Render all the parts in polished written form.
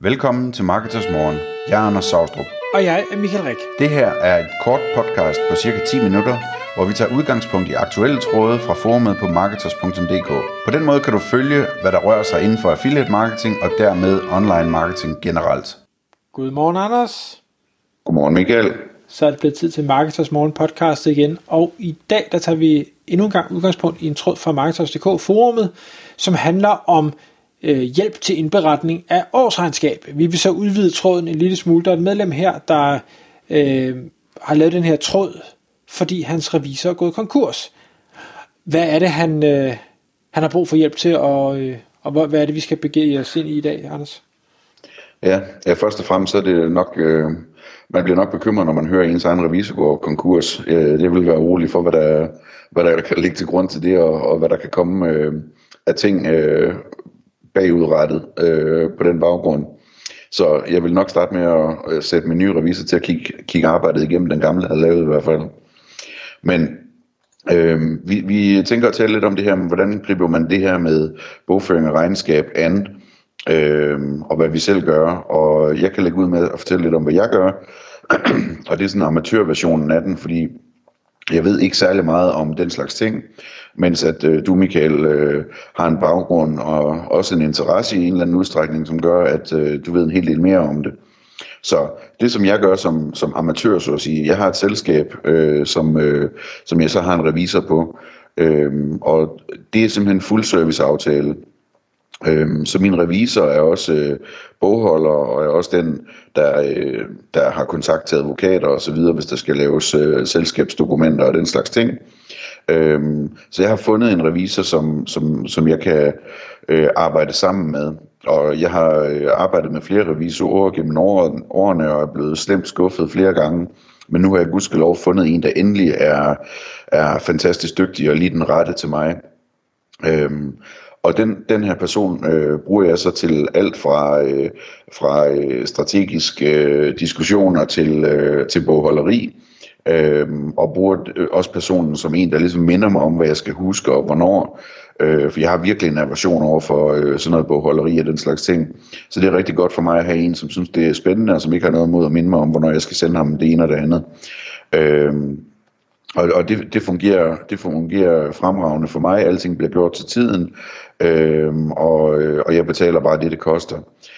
Velkommen til Marketers Morgen. Jeg er Anders Saustrup. Og jeg er Michael Rik. Det her er et kort podcast på cirka 10 minutter, hvor vi tager udgangspunkt i aktuelle tråde fra forumet på marketers.dk. På den måde kan du følge, hvad der rører sig inden for affiliate marketing og dermed online marketing generelt. Godmorgen, Anders. Godmorgen, Michael. Så er det blevet tid til Marketers Morgen podcast igen, og i dag der tager vi endnu en gang udgangspunkt i en tråd fra Marketers.dk forumet, som handler om hjælp til indberetning af årsregnskab. Vi vil så udvide tråden en lille smule. Der er et medlem her, der har lavet den her tråd, fordi hans revisor er gået konkurs. Hvad er det, han har brug for hjælp til, og hvad er det, vi skal begive os ind i dag, Anders? Ja, først og fremmest så er det nok, man bliver nok bekymret, når man hører ens egen revisor gå konkurs. Det vil være urolig for, hvad der kan ligge til grund til det, og hvad der kan komme af ting bagudrettet på den baggrund. Så jeg vil nok starte med at sætte min nye revisor til at kigge arbejdet igennem, den gamle havde lavet i hvert fald. Men vi tænker at tale lidt om det her, hvordan griber man det her med bogføring og regnskab an, og hvad vi selv gør, og jeg kan lægge ud med at fortælle lidt om, hvad jeg gør, og det er sådan en amatørversionen af den, fordi jeg ved ikke særlig meget om den slags ting, mens at du, Michael, har en baggrund og også en interesse i en eller anden udstrækning, som gør, at du ved en hel del mere om det. Så det, som jeg gør som amatør, så at sige, jeg har et selskab, som jeg så har en revisor på, og det er simpelthen en fuld service aftale. Så min revisor er også bogholder, og er også den, der har kontakt til advokater og så videre, hvis der skal laves selskabsdokumenter og den slags ting. Så jeg har fundet en revisor, som jeg kan arbejde sammen med. Og jeg har arbejdet med flere revisorer gennem årene og er blevet slemt skuffet flere gange. Men nu har jeg gudskelov fundet en, der endelig er fantastisk dygtig og lige den rette til mig. Og den her person bruger jeg så til alt fra strategiske diskussioner til bogholderi, og bruger også personen som en, der ligesom minder mig om, hvad jeg skal huske og hvornår. For jeg har virkelig en aversion over for sådan noget bogholderi og den slags ting. Så det er rigtig godt for mig at have en, som synes, det er spændende, og som ikke har noget mod at minde mig om, hvornår jeg skal sende ham det ene og det andet. Og det fungerer fremragende for mig. Alting bliver gjort til tiden, og jeg betaler bare det koster.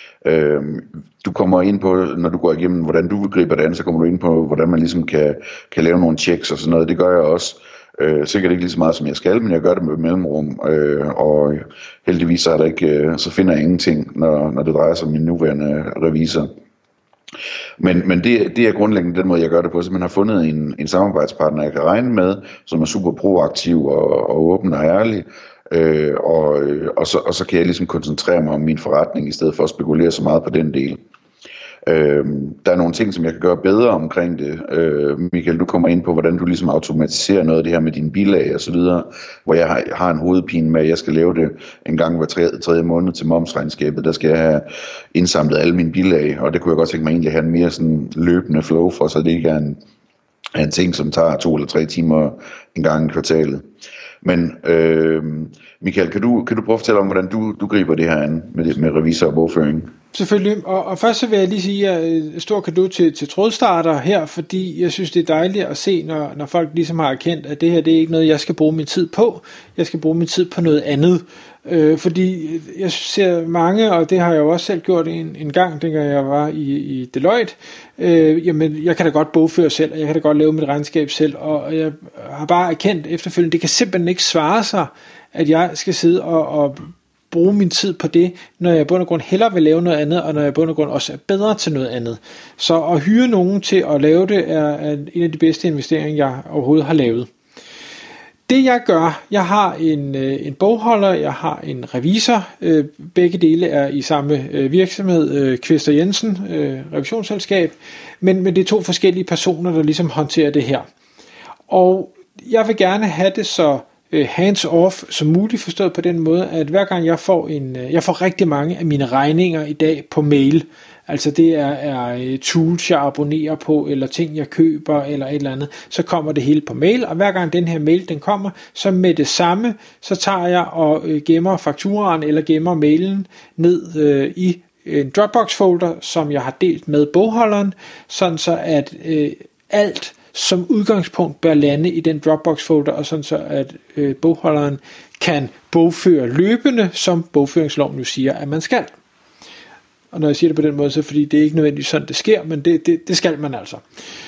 Du kommer ind på, når du går igennem, hvordan du griber det an, så kommer du ind på, hvordan man ligesom kan lave nogle checks og sådan noget. Det gør jeg også. Sikkert ikke lige så meget som jeg skal, men jeg gør det med mellemrum, og heldigvis så finder jeg ingenting, når det drejer sig om min nuværende revisor. Men det er grundlæggende den måde, jeg gør det på. Så man har fundet en samarbejdspartner, jeg kan regne med, som er super proaktiv og åben og ærlig. Og så kan jeg ligesom koncentrere mig om min forretning, i stedet for at spekulere så meget på den del. Der er nogle ting, som jeg kan gøre bedre omkring det. Michael, du kommer ind på, hvordan du ligesom automatiserer noget af det her med dine bilag og så videre, hvor jeg har en hovedpine med, at jeg skal lave det en gang hver tredje måned til momsregnskabet. Der skal jeg have indsamlet alle mine bilag, og det kunne jeg godt tænke mig egentlig at have en mere sådan løbende flow for, så det ikke er en ting, som tager 2 eller 3 timer en gang i kvartalet. Men Michael, kan du prøve at fortælle om, hvordan du griber det her an med revisor og bogføring? Selvfølgelig, og først så vil jeg lige sige et stort cadeau til trådstarter her, fordi jeg synes, det er dejligt at se, når folk ligesom har erkendt, at det her, det er ikke noget, jeg skal bruge min tid på. Jeg skal bruge min tid på noget andet. Fordi jeg ser mange, og det har jeg jo også selv gjort en gang, dengang jeg var i Deloitte, jamen jeg kan da godt bogføre selv, og jeg kan da godt lave mit regnskab selv, og jeg har bare erkendt efterfølgende, det kan simpelthen ikke svare sig, at jeg skal sidde og bruge min tid på det, når jeg i bund og grund hellere vil lave noget andet, og når jeg i bund og grund også er bedre til noget andet. Så at hyre nogen til at lave det, er en af de bedste investeringer, jeg overhovedet har lavet. Det jeg gør, jeg har en bogholder, jeg har en revisor, begge dele er i samme virksomhed, Kvist og Jensen, revisionsselskab, men det er 2 forskellige personer, der ligesom håndterer det her. Og jeg vil gerne have det så hands-off som muligt, forstået på den måde, at hver gang jeg får rigtig mange af mine regninger i dag på mail, altså det er tools, jeg abonnerer på, eller ting, jeg køber, eller et eller andet, så kommer det hele på mail, og hver gang den her mail, den kommer, så med det samme, så tager jeg og gemmer fakturaen, eller gemmer mailen ned i en Dropbox folder, som jeg har delt med bogholderen, sådan så at alt som udgangspunkt bør lande i den Dropbox folder, og sådan så at bogholderen kan bogføre løbende, som bogføringsloven jo siger, at man skal. Og når jeg siger det på den måde, så fordi det er ikke nødvendigvis sådan, det sker, men det skal man altså.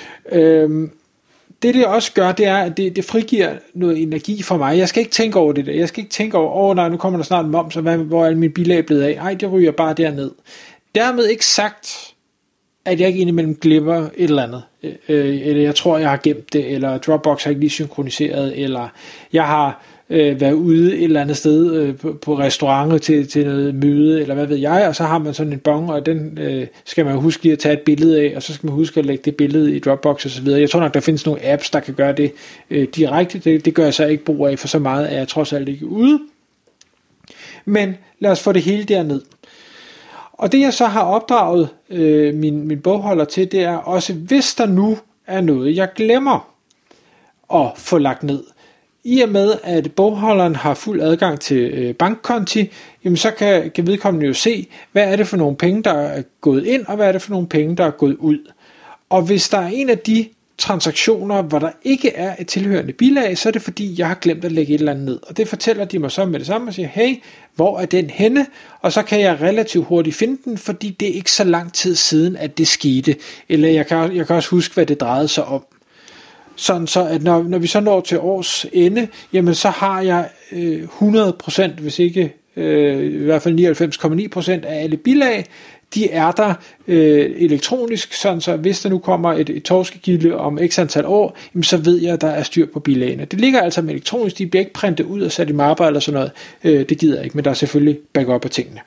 Det også gør, det er, at det frigiver noget energi for mig. Jeg skal ikke tænke over det der. Jeg skal ikke tænke over, nej, nu kommer der snart en moms, og hvor er alle mine bilag blevet af? Ej, det ryger bare derned. Dermed ikke sagt, at jeg ikke indimellem glemmer et eller andet. Eller jeg tror, jeg har gemt det, eller Dropbox har ikke lige synkroniseret, eller jeg har været ude et eller andet sted på restauranter til noget møde, eller hvad ved jeg, og så har man sådan en bong, og den skal man huske lige at tage et billede af, og så skal man huske at lægge det billede i Dropbox og så videre. Jeg tror nok, der findes nogle apps, der kan gøre det direkte. Det gør jeg så ikke brug af, for så meget er jeg trods alt ikke ude. Men lad os få det hele derned. Og det jeg så har opdraget min bogholder til, det er også, hvis der nu er noget, jeg glemmer at få lagt ned. I og med, at bogholderen har fuld adgang til bankkonti, jamen så kan vedkommende jo se, hvad er det for nogle penge, der er gået ind, og hvad er det for nogle penge, der er gået ud. Og hvis der er en af de transaktioner, hvor der ikke er et tilhørende bilag, så er det fordi, jeg har glemt at lægge et eller andet ned. Og det fortæller de mig så med det samme og siger, hey, hvor er den henne? Og så kan jeg relativt hurtigt finde den, fordi det er ikke så lang tid siden, at det skete. Eller jeg kan også huske, hvad det drejede sig om. Sådan så, at når vi så når til års ende, jamen så har jeg 100%, hvis ikke i hvert fald 99,9% af alle bilag, de er der elektronisk, sådan så hvis der nu kommer et torskegilde om x antal år, jamen så ved jeg, at der er styr på bilagene. Det ligger altså med elektronisk, de bliver ikke printet ud og sat i mapper eller sådan noget, det gider jeg ikke, men der er selvfølgelig backup af tingene.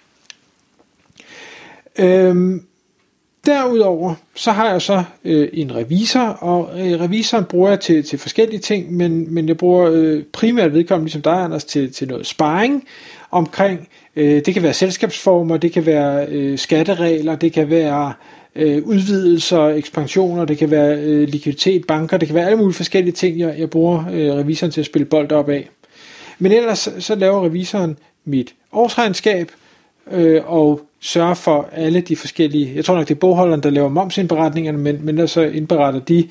Derudover så har jeg så en revisor, og revisoren bruger jeg til forskellige ting, men jeg bruger primært vedkommende, ligesom dig, Anders, til noget sparring omkring, det kan være selskabsformer, det kan være skatteregler, det kan være udvidelser, ekspansioner, det kan være likviditet, banker, det kan være alle mulige forskellige ting, jeg bruger revisoren til at spille bold op af. Men ellers så laver revisoren mit årsregnskab, og sørger for alle de forskellige, jeg tror nok det er bogholderen, der laver momsindberetningerne, men der så indberetter de,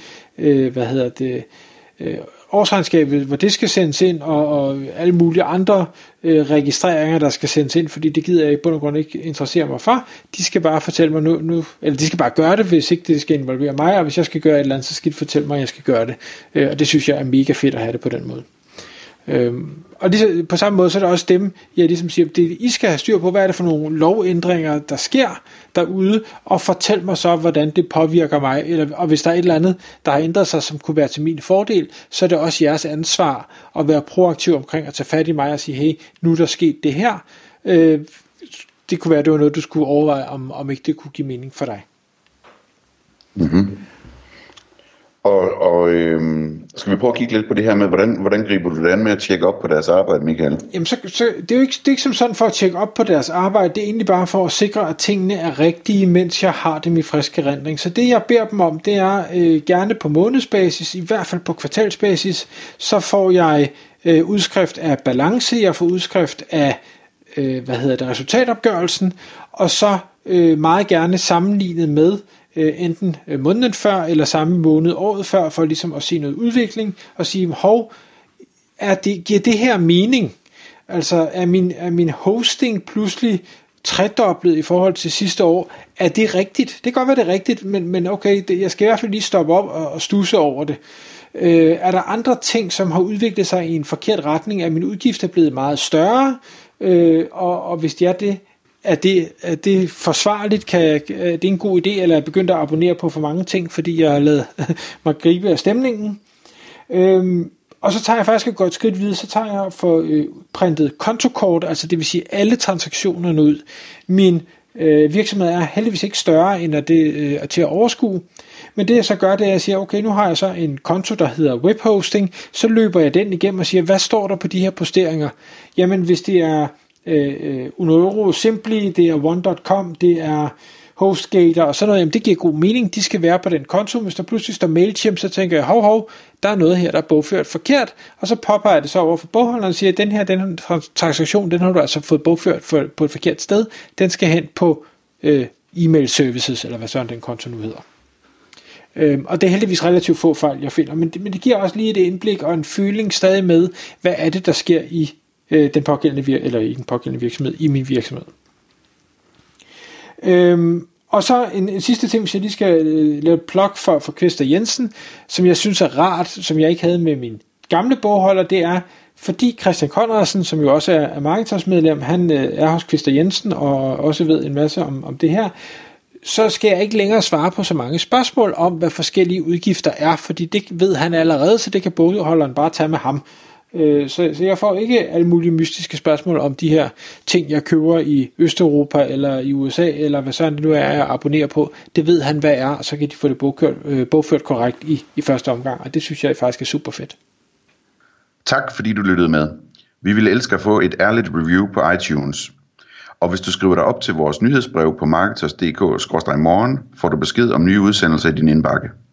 årsregnskabet, hvor det skal sendes ind, og alle mulige andre registreringer, der skal sendes ind, fordi det gider jeg i bund og grund ikke interessere mig for. De skal bare fortælle mig nu, eller de skal bare gøre det, hvis ikke det skal involvere mig, og hvis jeg skal gøre et eller andet, så skal de fortælle mig, at jeg skal gøre det. Og det synes jeg er mega fedt at have det på den måde. Og på samme måde, så er det også dem, jeg ligesom siger, det I skal have styr på, hvad er det for nogle lovændringer, der sker derude, og fortæl mig så, hvordan det påvirker mig, og hvis der er et eller andet, der har ændret sig, som kunne være til min fordel, så er det også jeres ansvar at være proaktiv omkring at tage fat i mig og sige, hey, nu er der sket det her. Det kunne være, det var noget, du skulle overveje, om ikke det kunne give mening for dig. Mm-hmm. Og skal vi prøve at kigge lidt på det her med, hvordan griber du det an med at tjekke op på deres arbejde, Michael? Jamen så det er jo ikke som sådan for at tjekke op på deres arbejde, det er egentlig bare for at sikre, at tingene er rigtige, mens jeg har dem i frisk erindring. Så det jeg beder dem om, det er gerne på månedsbasis, i hvert fald på kvartalsbasis, så får jeg udskrift af balance, jeg får udskrift af resultatopgørelsen, og så meget gerne sammenlignet med enten måneden før eller samme måned året før, for ligesom at se noget udvikling og sige, giver det her mening? Altså er min hosting pludselig tredoblet i forhold til sidste år? Er det rigtigt? Det kan godt være det er rigtigt, men okay, jeg skal i hvert fald lige stoppe op og stusse over det. Er der andre ting, som har udviklet sig i en forkert retning? Er min udgift blevet meget større? Og hvis det er det, er det forsvarligt? Er det en god idé, eller er jeg begyndt at abonnere på for mange ting, fordi jeg har lavet mig gribe af stemningen? Og så tager jeg faktisk et godt skridt videre, så tager jeg for printet kontokort, altså det vil sige alle transaktionerne ud. Min virksomhed er heldigvis ikke større, end at det er til at overskue. Men det jeg så gør, det er, at jeg siger, okay, nu har jeg så en konto, der hedder webhosting, så løber jeg den igennem og siger, hvad står der på de her posteringer? Jamen, hvis det er Unoro Simply, det er One.com, det er HostGator og sådan noget, jamen det giver god mening, de skal være på den konto. Hvis der pludselig står Mailchimp, så tænker jeg, hov, der er noget her, der er bogført forkert, og så popper jeg det så over for bogholderen og siger, den her transaktion, den har du altså fået bogført på et forkert sted, den skal hen på e-mail services, eller hvad sådan den konto nu hedder. Og det er heldigvis relativt få fejl, jeg finder, men det giver også lige et indblik og en føling stadig med, hvad er det, der sker i den pågældende virksomhed, i min virksomhed. Og så en sidste ting, hvis jeg lige skal lave et plug for Kvist og Jensen, som jeg synes er rart, som jeg ikke havde med min gamle bogholder, det er, fordi Christian Conradsen, som jo også er markedsmedlem, han er hos Kvist og Jensen og også ved en masse om det her, så skal jeg ikke længere svare på så mange spørgsmål om, hvad forskellige udgifter er, fordi det ved han allerede, så det kan bogholderen bare tage med ham. Så jeg får ikke alle mulige mystiske spørgsmål om de her ting, jeg køber i Østeuropa eller i USA, eller hvad sådan det nu er, jeg abonnerer på. Det ved han, hvad er, og så kan de få det bogført korrekt i første omgang, og det synes jeg faktisk er super fedt. Tak fordi du lyttede med. Vi ville elske at få et ærligt review på iTunes. Og hvis du skriver dig op til vores nyhedsbrev på marketers.dk/morgen, får du besked om nye udsendelser i din indbakke.